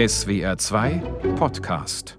SWR 2 Podcast.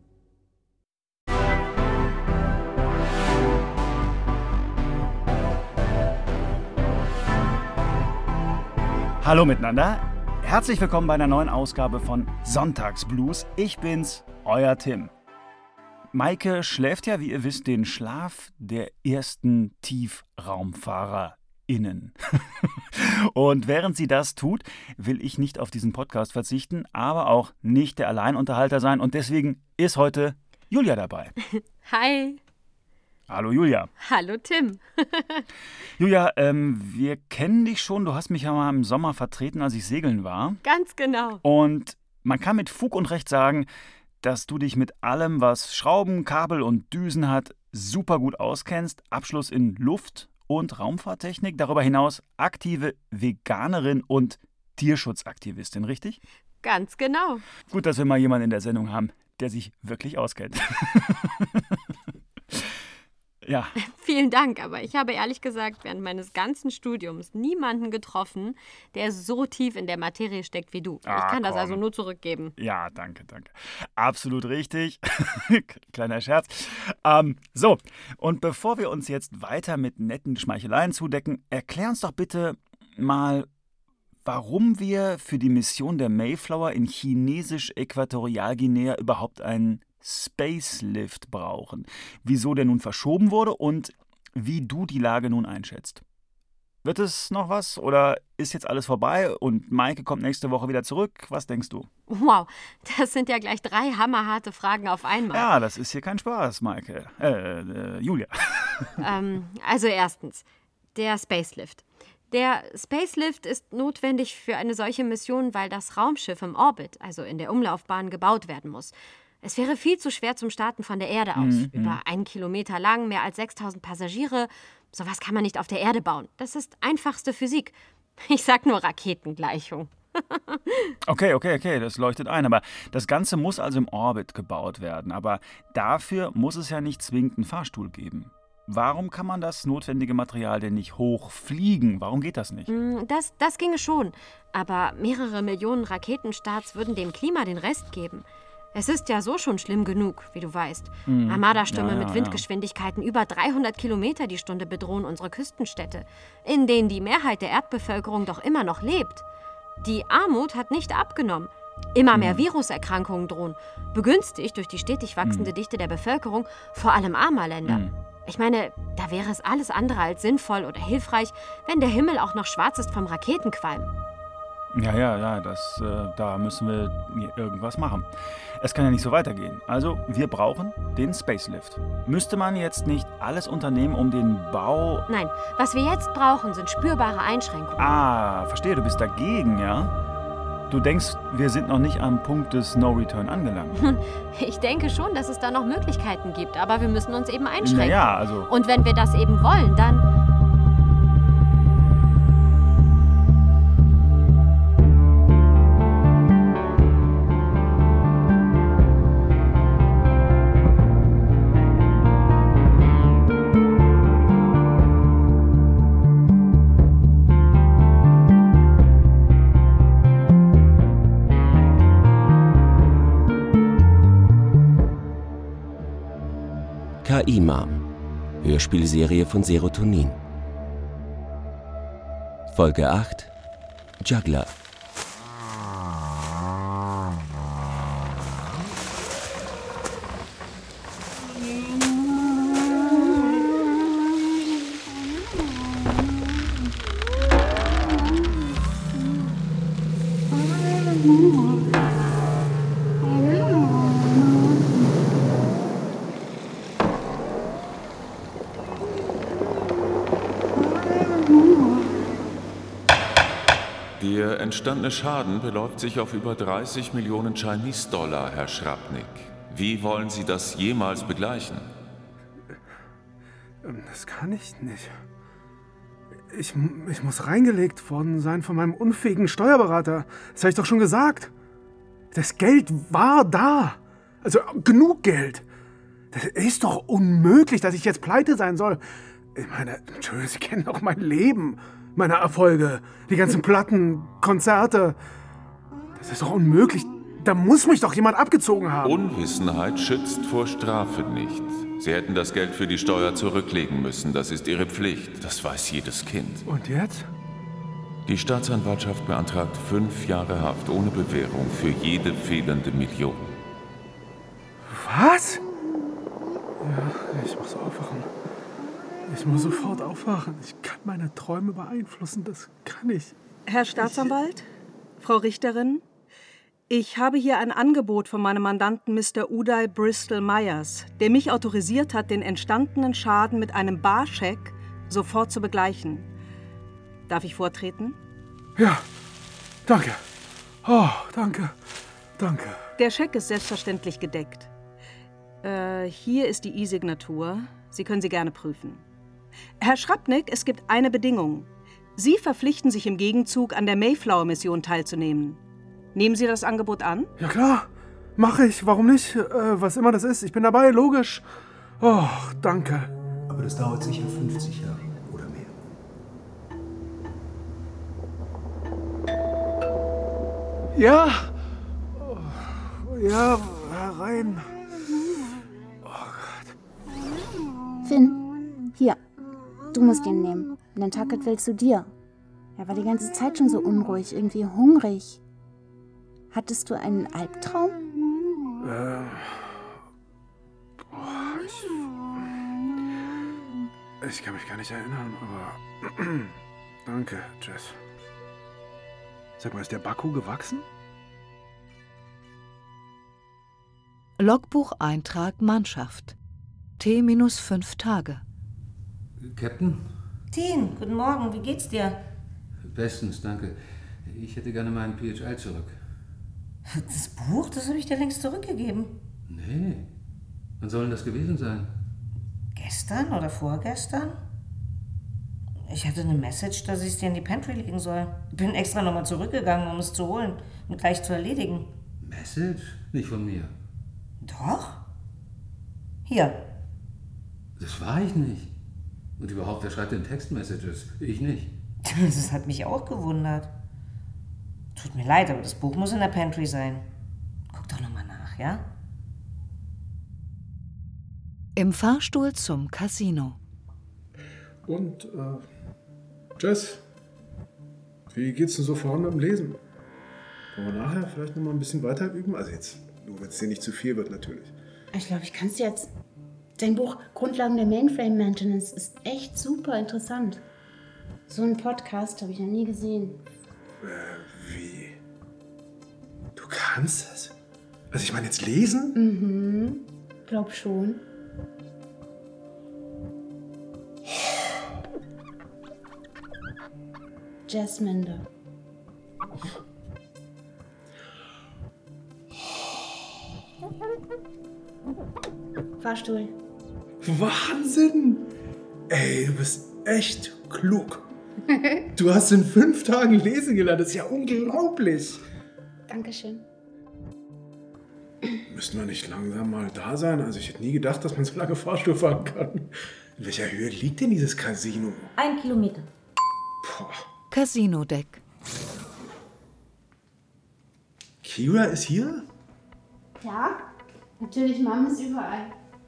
Hallo miteinander, herzlich willkommen bei einer neuen Ausgabe von Sonntagsblues. Ich bin's, euer Tim. Maike schläft ja, wie ihr wisst, den Schlaf der ersten TiefraumfahrerInnen. Und während sie das tut, will ich nicht auf diesen Podcast verzichten, aber auch nicht der Alleinunterhalter sein. Und deswegen ist heute Julia dabei. Hi. Hallo Julia. Hallo Tim. Julia, wir kennen dich schon. Du hast mich ja mal im Sommer vertreten, als ich segeln war. Ganz genau. Und man kann mit Fug und Recht sagen, dass du dich mit allem, was Schrauben, Kabel und Düsen hat, super gut auskennst. Abschluss in Luft- und Raumfahrttechnik. Darüber hinaus aktive Veganerin und Tierschutzaktivistin, richtig? Ganz genau. Gut, dass wir mal jemanden in der Sendung haben, der sich wirklich auskennt. Ja. Vielen Dank, aber ich habe ehrlich gesagt während meines ganzen Studiums niemanden getroffen, der so tief in der Materie steckt wie du. Ich kann das also nur zurückgeben. Ja, danke. Absolut richtig. Kleiner Scherz. So, und bevor wir uns jetzt weiter mit netten Schmeicheleien zudecken, erklär uns doch bitte mal, warum wir für die Mission der Mayflower in Chinesisch-Äquatorialguinea überhaupt einen Spacelift brauchen. Wieso der nun verschoben wurde und wie du die Lage nun einschätzt. Wird es noch was oder ist jetzt alles vorbei und Maike kommt nächste Woche wieder zurück? Was denkst du? Wow, das sind ja gleich 3 hammerharte Fragen auf einmal. Ja, das ist hier kein Spaß, Maike. Julia. Also erstens, der Spacelift. Der Spacelift ist notwendig für eine solche Mission, weil das Raumschiff im Orbit, also in der Umlaufbahn, gebaut werden muss. Es wäre viel zu schwer zum Starten von der Erde aus. Über 1 Kilometer lang, mehr als 6000 Passagiere. Sowas kann man nicht auf der Erde bauen. Das ist einfachste Physik. Ich sag nur Raketengleichung. Okay, das leuchtet ein. Aber das Ganze muss also im Orbit gebaut werden. Aber dafür muss es ja nicht zwingend einen Fahrstuhl geben. Warum kann man das notwendige Material denn nicht hochfliegen? Warum geht das nicht? Das ginge schon. Aber mehrere Millionen Raketenstarts würden dem Klima den Rest geben. Es ist ja so schon schlimm genug, wie du weißt. Armada-Stürme mit Windgeschwindigkeiten über 300 Kilometer die Stunde bedrohen unsere Küstenstädte, in denen die Mehrheit der Erdbevölkerung doch immer noch lebt. Die Armut hat nicht abgenommen. Immer mehr Viruserkrankungen drohen, begünstigt durch die stetig wachsende Dichte der Bevölkerung, vor allem armer Länder. Ich meine, da wäre es alles andere als sinnvoll oder hilfreich, wenn der Himmel auch noch schwarz ist vom Raketenqualm. Ja, da müssen wir irgendwas machen. Es kann ja nicht so weitergehen. Also, wir brauchen den Spacelift. Müsste man jetzt nicht alles unternehmen, um den Bau... Nein, was wir jetzt brauchen, sind spürbare Einschränkungen. Verstehe, du bist dagegen, ja? Du denkst, wir sind noch nicht am Punkt des No-Return angelangt. Ich denke schon, dass es da noch Möglichkeiten gibt, aber wir müssen uns eben einschränken. Naja, also... Und wenn wir das eben wollen, dann... KI-Mom, Hörspielserie von Serotonin. Folge 8, Juggler. Der entstandene Schaden beläuft sich auf über 30 Millionen Chinese-Dollar, Herr Schrapnik. Wie wollen Sie das jemals begleichen? Das kann ich nicht. Ich muss reingelegt worden sein von meinem unfähigen Steuerberater. Das habe ich doch schon gesagt. Das Geld war da. Also genug Geld. Das ist doch unmöglich, dass ich jetzt pleite sein soll. Ich meine, Entschuldigung, Sie kennen doch mein Leben, meine Erfolge, die ganzen Platten, Konzerte. Das ist doch unmöglich, Da muss mich doch jemand abgezogen haben. Unwissenheit schützt vor Strafe nicht. Sie hätten das Geld für die Steuer zurücklegen müssen. Das ist Ihre Pflicht. Das weiß jedes Kind. Und jetzt? Die Staatsanwaltschaft beantragt 5 Jahre Haft ohne Bewährung für jede fehlende Million. Was? Ja, ich muss aufwachen. Ich muss sofort aufwachen. Ich kann meine Träume beeinflussen. Das kann ich. Herr Staatsanwalt, Frau Richterin, ich habe hier ein Angebot von meinem Mandanten Mr. Uday Bristol Myers, der mich autorisiert hat, den entstandenen Schaden mit einem Barscheck sofort zu begleichen. Darf ich vortreten? Ja, danke. Oh, danke. Danke. Der Scheck ist selbstverständlich gedeckt. Hier ist die E-Signatur. Sie können sie gerne prüfen. Herr Schrapnick, es gibt eine Bedingung. Sie verpflichten sich im Gegenzug, an der Mayflower-Mission teilzunehmen. Nehmen Sie das Angebot an? Ja klar, mache ich. Warum nicht? Was immer das ist. Ich bin dabei, logisch. Oh, danke. Aber das dauert sicher 50 Jahre oder mehr. Ja. Oh, ja, herein. Finn, hier. Du musst ihn nehmen. Nantucket will zu dir. Er war die ganze Zeit schon so unruhig, irgendwie hungrig. Hattest du einen Albtraum? Ich kann mich gar nicht erinnern, aber danke, Jess. Sag mal, ist der Baku gewachsen? Logbucheintrag Mannschaft. T-5 Tage. Captain? Dean, guten Morgen, wie geht's dir? Bestens, danke. Ich hätte gerne meinen PHL zurück. Das Buch, das habe ich dir längst zurückgegeben. Nee. Wann soll denn das gewesen sein? Gestern oder vorgestern? Ich hatte eine Message, dass ich es dir in die Pantry legen soll. Ich bin extra nochmal zurückgegangen, um es zu holen und gleich zu erledigen. Message? Nicht von mir. Doch? Hier. Das war ich nicht. Und überhaupt, wer schreibt denn Textmessages? Ich nicht. Das hat mich auch gewundert. Tut mir leid, aber das Buch muss in der Pantry sein. Guck doch nochmal nach, ja? Im Fahrstuhl zum Casino. Und, Jess, wie geht's denn so voran mit dem Lesen? Wollen wir nachher vielleicht noch mal ein bisschen weiter üben? Also jetzt, nur wenn es dir nicht zu viel wird, natürlich. Ich glaube, ich kann es jetzt. Dein Buch Grundlagen der Mainframe Maintenance ist echt super interessant. So einen Podcast habe ich noch nie gesehen. Wie? Du kannst das? Also ich meine jetzt lesen? Mhm, glaub schon. Jasmine. Fahrstuhl. Wahnsinn! Ey, du bist echt klug. Du hast in 5 Tagen lesen gelernt. Das ist ja unglaublich. Dankeschön. Müssen wir nicht langsam mal da sein? Also ich hätte nie gedacht, dass man so lange Fahrstuhl fahren kann. In welcher Höhe liegt denn dieses Casino? 1 Kilometer. Boah. Casino-Deck. Kira ist hier? Ja, natürlich, Mom ist überall.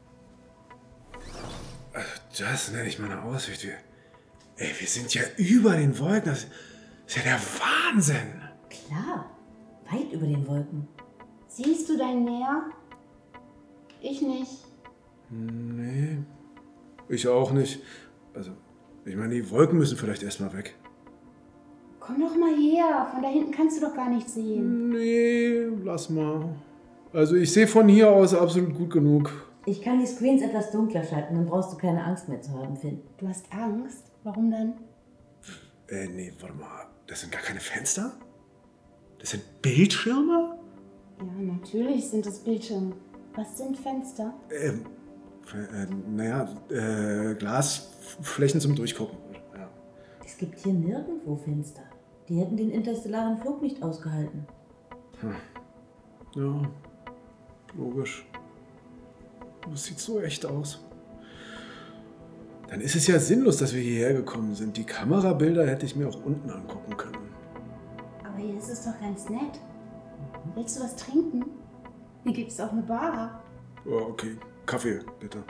Das nenne ich meine Aussicht. Ey, wir sind ja über den Wolken. Das ist ja der Wahnsinn. Klar, weit über den Wolken. Siehst du dein Meer? Ich nicht. Nee, ich auch nicht. Also, ich meine, die Wolken müssen vielleicht erstmal weg. Komm doch mal her. Von da hinten kannst du doch gar nichts sehen. Nee, lass mal. Also, ich sehe von hier aus absolut gut genug. Ich kann die Screens etwas dunkler schalten, dann brauchst du keine Angst mehr zu haben, Finn. Du hast Angst? Warum denn? Nee, warte mal. Das sind gar keine Fenster? Das sind Bildschirme? Ja, natürlich sind es Bildschirme. Was sind Fenster? Glasflächen zum Durchgucken. Ja. Es gibt hier nirgendwo Fenster. Die hätten den interstellaren Flug nicht ausgehalten. Ja, logisch. Das sieht so echt aus. Dann ist es ja sinnlos, dass wir hierher gekommen sind. Die Kamerabilder hätte ich mir auch unten angucken können. Aber hier ist es doch ganz nett. Willst du was trinken? Hier gibt es auch eine Bar. Oh, okay. Kaffee, bitte.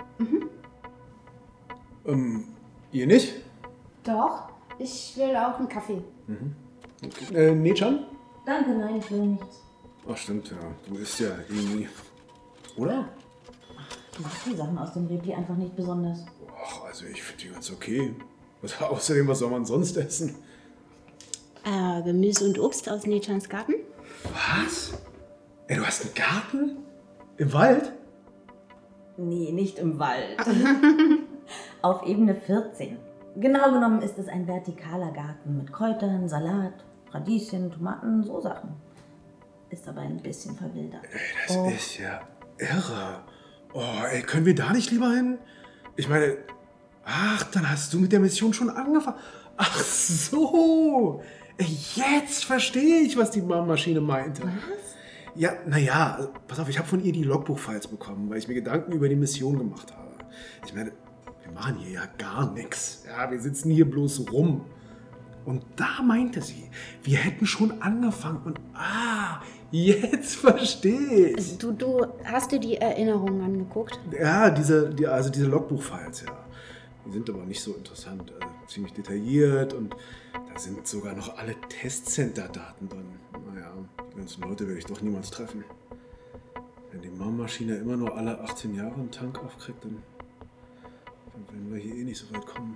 Ihr nicht? Doch, ich will auch einen Kaffee. Okay. Nechan? Danke, nein, ich will nichts. Ach stimmt, ja. Du isst ja irgendwie. Oder? Ich mag die Sachen aus dem Rebli einfach nicht besonders. Ach, also ich finde die ganz okay. Außerdem, was soll man sonst essen? Gemüse und Obst aus Nechans Garten. Was? Ey, du hast einen Garten? Im Wald? Nee, nicht im Wald. Auf Ebene 14. Genau genommen ist es ein vertikaler Garten mit Kräutern, Salat, Radieschen, Tomaten, so Sachen. Ist aber ein bisschen verwildert. Ey, das ist ja irre. Oh, ey, können wir da nicht lieber hin? Ich meine, ach, dann hast du mit der Mission schon angefangen. Ach so. Ey, jetzt verstehe ich, was die Maschine meinte. Was? Ja, naja, also, pass auf, ich habe von ihr die Logbuch-Files bekommen, weil ich mir Gedanken über die Mission gemacht habe. Ich meine, wir machen hier ja gar nichts. Ja, wir sitzen hier bloß rum. Und da meinte sie, wir hätten schon angefangen und jetzt verstehe ich. Du hast dir die Erinnerungen angeguckt? Ja, diese Logbuch-Files, ja. Die sind aber nicht so interessant, ziemlich detailliert und da sind sogar noch alle Testcenter-Daten drin. Naja, die ganzen Leute werde ich doch niemals treffen. Wenn die Maschine immer nur alle 18 Jahre einen Tank aufkriegt, dann werden wir hier eh nicht so weit kommen.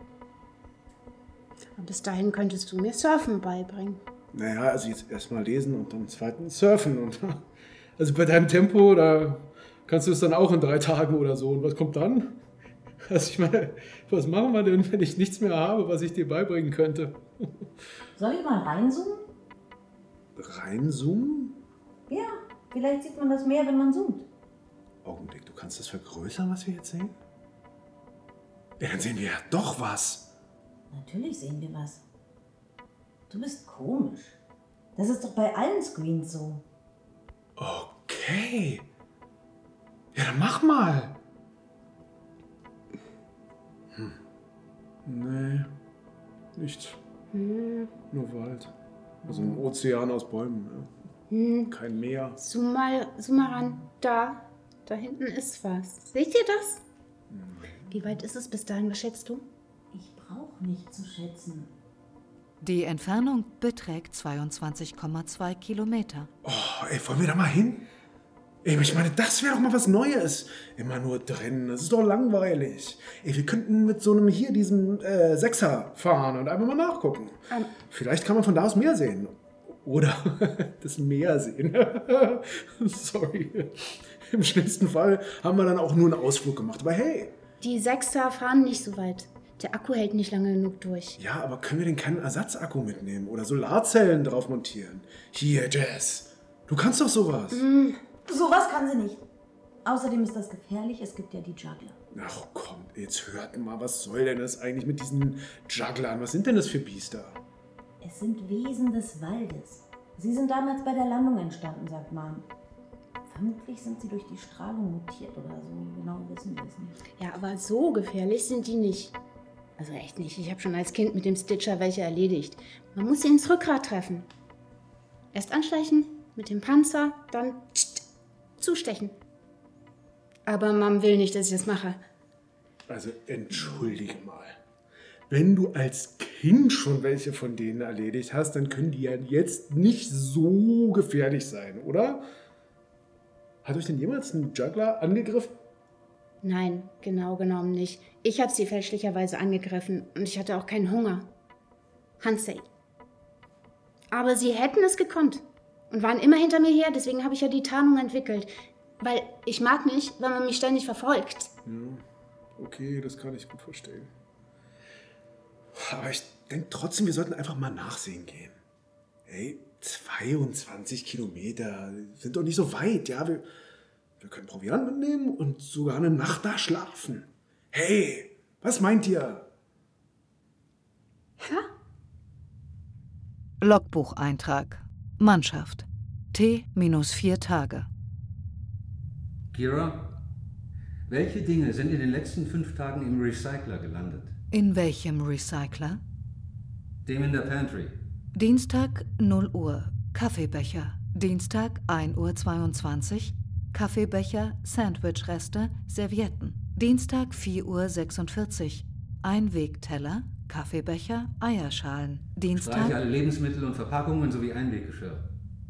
Bis dahin könntest du mir Surfen beibringen. Naja, also jetzt erstmal lesen und dann zweitens surfen. Und also bei deinem Tempo, da kannst du es dann auch in 3 Tagen oder so. Und was kommt dann? Also ich meine, was machen wir denn, wenn ich nichts mehr habe, was ich dir beibringen könnte? Soll ich mal reinzoomen? Reinzoomen? Ja, vielleicht sieht man das mehr, wenn man zoomt. Augenblick, du kannst das vergrößern, was wir jetzt sehen? Ja, dann sehen wir ja doch was. Natürlich sehen wir was. Du bist komisch. Das ist doch bei allen Screens so. Okay. Ja, dann mach mal. Nee, nichts. Nur Wald. Also ein Ozean aus Bäumen. Ja. Kein Meer. Zoom mal ran. Da hinten ist was. Seht ihr das? Wie weit ist es bis dahin, was schätzt du? Ich brauche nicht zu schätzen. Die Entfernung beträgt 22,2 Kilometer. Oh, ey, wollen wir da mal hin? Ey, ich meine, das wäre doch mal was Neues. Immer nur drin, das ist doch langweilig. Ey, wir könnten mit so einem diesem Sechser fahren und einfach mal nachgucken. Vielleicht kann man von da aus mehr sehen. Oder das Meer sehen. Sorry. Im schlimmsten Fall haben wir dann auch nur einen Ausflug gemacht. Aber hey. Die Sechser fahren nicht so weit. Der Akku hält nicht lange genug durch. Ja, aber können wir denn keinen Ersatzakku mitnehmen oder Solarzellen drauf montieren? Hier, Jess, du kannst doch sowas. Sowas kann sie nicht. Außerdem ist das gefährlich, es gibt ja die Juggler. Ach komm, jetzt hört mal, was soll denn das eigentlich mit diesen Jugglern? Was sind denn das für Biester? Es sind Wesen des Waldes. Sie sind damals bei der Landung entstanden, sagt Mom. Vermutlich sind sie durch die Strahlung mutiert oder so. Genau wissen wir es nicht. Ja, aber so gefährlich sind die nicht. Also echt nicht. Ich habe schon als Kind mit dem Stitcher welche erledigt. Man muss sie ins Rückgrat treffen. Erst anschleichen, mit dem Panzer, dann zustechen. Aber Mom will nicht, dass ich das mache. Also entschuldige mal. Wenn du als Kind schon welche von denen erledigt hast, dann können die ja jetzt nicht so gefährlich sein, oder? Hat euch denn jemals ein Juggler angegriffen? Nein, genau genommen nicht. Ich habe sie fälschlicherweise angegriffen und ich hatte auch keinen Hunger. Hansei. Aber sie hätten es gekonnt und waren immer hinter mir her, deswegen habe ich ja die Tarnung entwickelt. Weil ich mag nicht, wenn man mich ständig verfolgt. Ja, okay, das kann ich gut verstehen. Aber ich denke trotzdem, wir sollten einfach mal nachsehen gehen. Hey, 22 Kilometer sind doch nicht so weit, ja? Wir können Proviant mitnehmen und sogar eine Nacht da schlafen. Hey, was meint ihr? Ja? Logbucheintrag. Mannschaft. T-4 Tage. Kira, welche Dinge sind in den letzten 5 Tagen im Recycler gelandet? In welchem Recycler? Dem in der Pantry. Dienstag, 0 Uhr. Kaffeebecher, Dienstag 1:22 Uhr, Kaffeebecher, Sandwichreste, Servietten. Dienstag 4:46 Uhr, Einwegteller, Kaffeebecher, Eierschalen. Dienstag... Streiche alle Lebensmittel und Verpackungen sowie Einweggeschirr.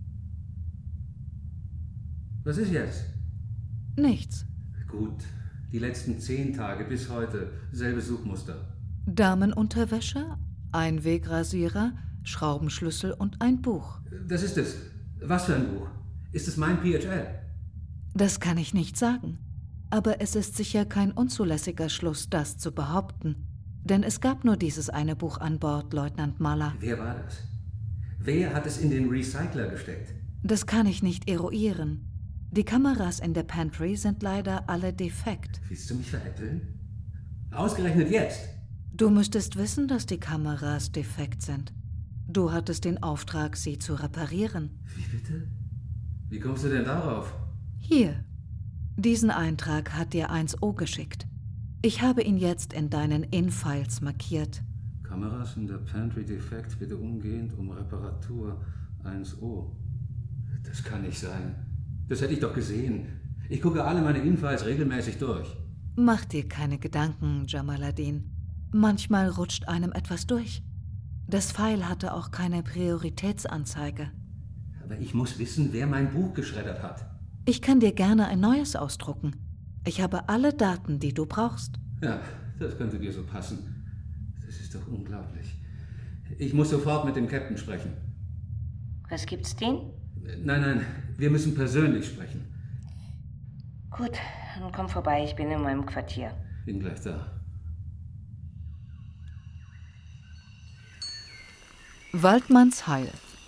Was ist jetzt? Nichts. Gut, die letzten 10 Tage bis heute, selbe Suchmuster. Damenunterwäsche, Einwegrasierer, Schraubenschlüssel und ein Buch. Das ist es. Was für ein Buch? Ist es mein PHL? Das kann ich nicht sagen. Aber es ist sicher kein unzulässiger Schluss, das zu behaupten. Denn es gab nur dieses eine Buch an Bord, Leutnant Muller. Wer war das? Wer hat es in den Recycler gesteckt? Das kann ich nicht eruieren. Die Kameras in der Pantry sind leider alle defekt. Willst du mich veräppeln? Ausgerechnet jetzt? Du müsstest wissen, dass die Kameras defekt sind. Du hattest den Auftrag, sie zu reparieren. Wie bitte? Wie kommst du denn darauf? Hier. Diesen Eintrag hat dir 1O geschickt. Ich habe ihn jetzt in deinen In-Files markiert. Kameras in der Pantry defekt, bitte umgehend um Reparatur 1O. Das kann nicht sein. Das hätte ich doch gesehen. Ich gucke alle meine In-Files regelmäßig durch. Mach dir keine Gedanken, Jamaluddin. Manchmal rutscht einem etwas durch. Das File hatte auch keine Prioritätsanzeige. Aber ich muss wissen, wer mein Buch geschreddert hat. Ich kann dir gerne ein neues ausdrucken. Ich habe alle Daten, die du brauchst. Ja, das könnte dir so passen. Das ist doch unglaublich. Ich muss sofort mit dem Captain sprechen. Was gibt's denn? Nein, wir müssen persönlich sprechen. Gut, dann komm vorbei, ich bin in meinem Quartier. Bin gleich da. Waldmannsheil.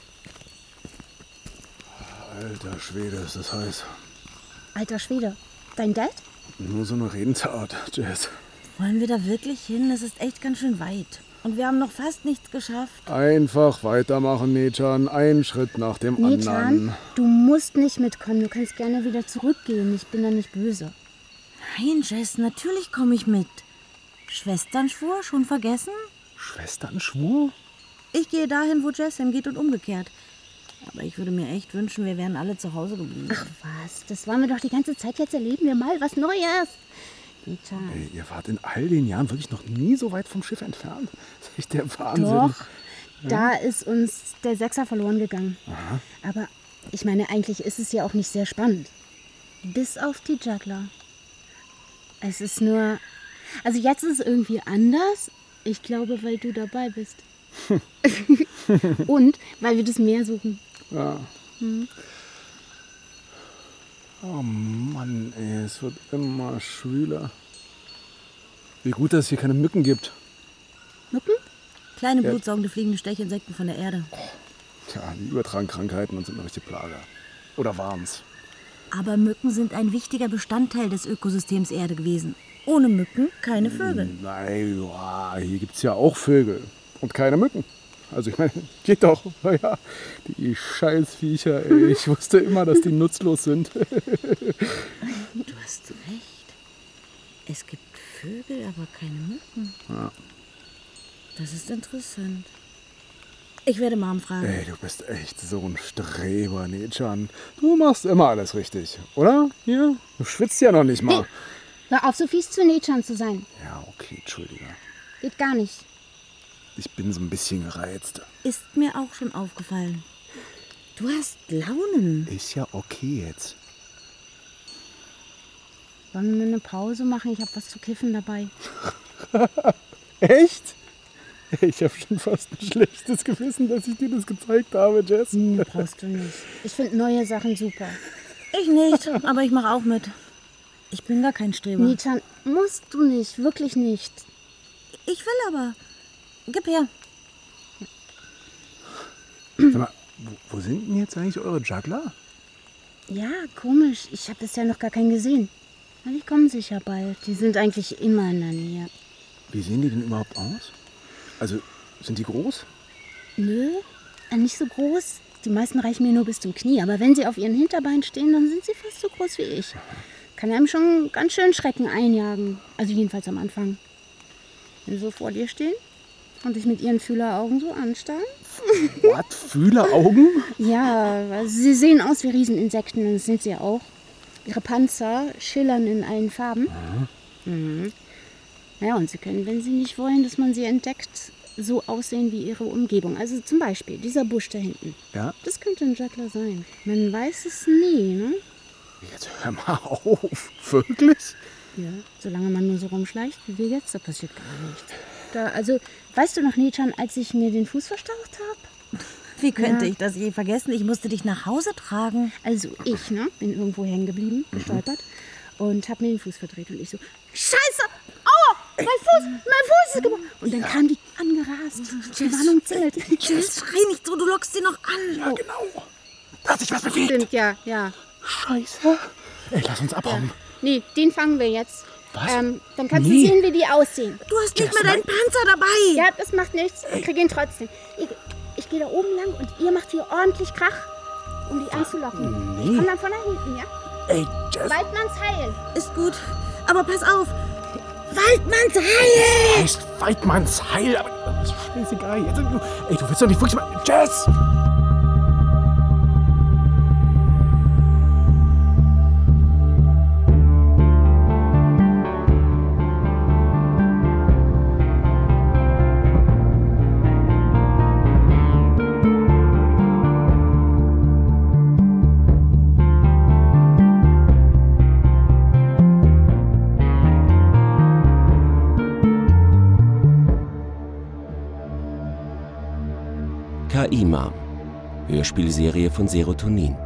Alter Schwede, ist das heiß. Alter Schwede, dein Dad? Nur so eine Redensart, Jess. Wollen wir da wirklich hin? Es ist echt ganz schön weit. Und wir haben noch fast nichts geschafft. Einfach weitermachen, Nechan. Ein Schritt nach dem anderen. Du musst nicht mitkommen. Du kannst gerne wieder zurückgehen. Ich bin da nicht böse. Nein, Jess, natürlich komme ich mit. Schwesternschwur, schon vergessen? Schwesternschwur? Ich gehe dahin, wo Jess hingeht und umgekehrt. Aber ich würde mir echt wünschen, wir wären alle zu Hause geblieben. Ach was, das wollen wir doch die ganze Zeit. Jetzt erleben wir mal was Neues. Ey, ihr wart in all den Jahren wirklich noch nie so weit vom Schiff entfernt. Das ist echt der Wahnsinn. Doch, da ist uns der Sechser verloren gegangen. Aha. Aber ich meine, eigentlich ist es ja auch nicht sehr spannend. Bis auf die Juggler. Es ist nur... Also jetzt ist es irgendwie anders. Ich glaube, weil du dabei bist. Und weil wir das Meer suchen. Ja. Oh Mann, ey, es wird immer schwüler. Wie gut, dass es hier keine Mücken gibt. Mücken? Kleine blutsaugende fliegende Stechinsekten von der Erde. Tja, die übertragen Krankheiten und sind eine richtige Plage. Oder waren's? Aber Mücken sind ein wichtiger Bestandteil des Ökosystems Erde gewesen. Ohne Mücken keine Vögel. Nein, ja, hier gibt's ja auch Vögel. Und keine Mücken. Also ich meine, geht doch. Ja, die Scheißviecher, ey. Ich wusste immer, dass die nutzlos sind. Du hast recht. Es gibt Vögel, aber keine Mücken. Ja. Das ist interessant. Ich werde Mom fragen. Ey, du bist echt so ein Streber, Nechan. Du machst immer alles richtig, oder? Hier? Du schwitzt ja noch nicht mal. Hey, hör auf, so fies zu Nechan zu sein. Ja, okay, Entschuldige. Geht gar nicht. Ich bin so ein bisschen gereizt. Ist mir auch schon aufgefallen. Du hast Launen. Ist ja okay jetzt. Wollen wir eine Pause machen? Ich habe was zu kiffen dabei. Echt? Ich habe schon fast ein schlechtes Gewissen, dass ich dir das gezeigt habe, Jess. Brauchst du nicht. Ich finde neue Sachen super. Ich nicht, aber ich mache auch mit. Ich bin gar kein Streber. Nechan, musst du nicht, wirklich nicht. Ich will aber. Gib her. Sag mal, wo sind denn jetzt eigentlich eure Juggler? Ja, komisch. Ich habe bisher noch gar keinen gesehen. Na, die kommen sicher bald. Die sind eigentlich immer in der Nähe. Wie sehen die denn überhaupt aus? Also, sind die groß? Nö, nicht so groß. Die meisten reichen mir nur bis zum Knie. Aber wenn sie auf ihren Hinterbeinen stehen, dann sind sie fast so groß wie ich. Kann einem schon ganz schön Schrecken einjagen. Also jedenfalls am Anfang. Wenn sie so vor dir stehen. und dich mit ihren Fühleraugen so anstarren. Was? Fühleraugen? Ja, also sie sehen aus wie Rieseninsekten und das sind sie ja auch. Ihre Panzer schillern in allen Farben. Mhm. Ja, und sie können, wenn sie nicht wollen, dass man sie entdeckt, so aussehen wie ihre Umgebung. Also zum Beispiel dieser Busch da hinten. Ja? Das könnte ein Juggler sein. Man weiß es nie, ne? Jetzt hör mal auf. Wirklich? Ja, solange man nur so rumschleicht wie wir jetzt, da passiert gar nichts. Also, weißt du noch, Nechan, als ich mir den Fuß verstaucht habe? Wie könnte ich das je vergessen? Ich musste dich nach Hause tragen. Also ich, ne, bin irgendwo hängen geblieben, gestolpert und habe mir den Fuß verdreht und ich so, Scheiße! Aua! Mein Fuß ist gebrochen. Und dann kam die angerast. Die waren umzingelt. Tschüss, schrei nicht so, du lockst sie noch an. Ja, genau. Da hat sich was bewegt. Stimmt, ja. Scheiße. Ey, lass uns abhauen. Ja. Nee, den fangen wir jetzt. Was? Dann kannst du sehen, wie die aussehen. Du hast nicht mehr deinen Panzer dabei. Ja, das macht nichts. Ich krieg ihn trotzdem. Ich gehe da oben lang und ihr macht hier ordentlich Krach, um die anzulocken. Nee. Ich komm dann von da hinten, ja? Ey, Jess. Waldmanns Heil. Ist gut, aber pass auf. Waldmanns Heil! Das heißt Waldmanns Heil, aber das ist scheißegal. Jetzt, du willst doch nicht wirklich mal... Jess! Ka-Imam, Hörspielserie von Serotonin.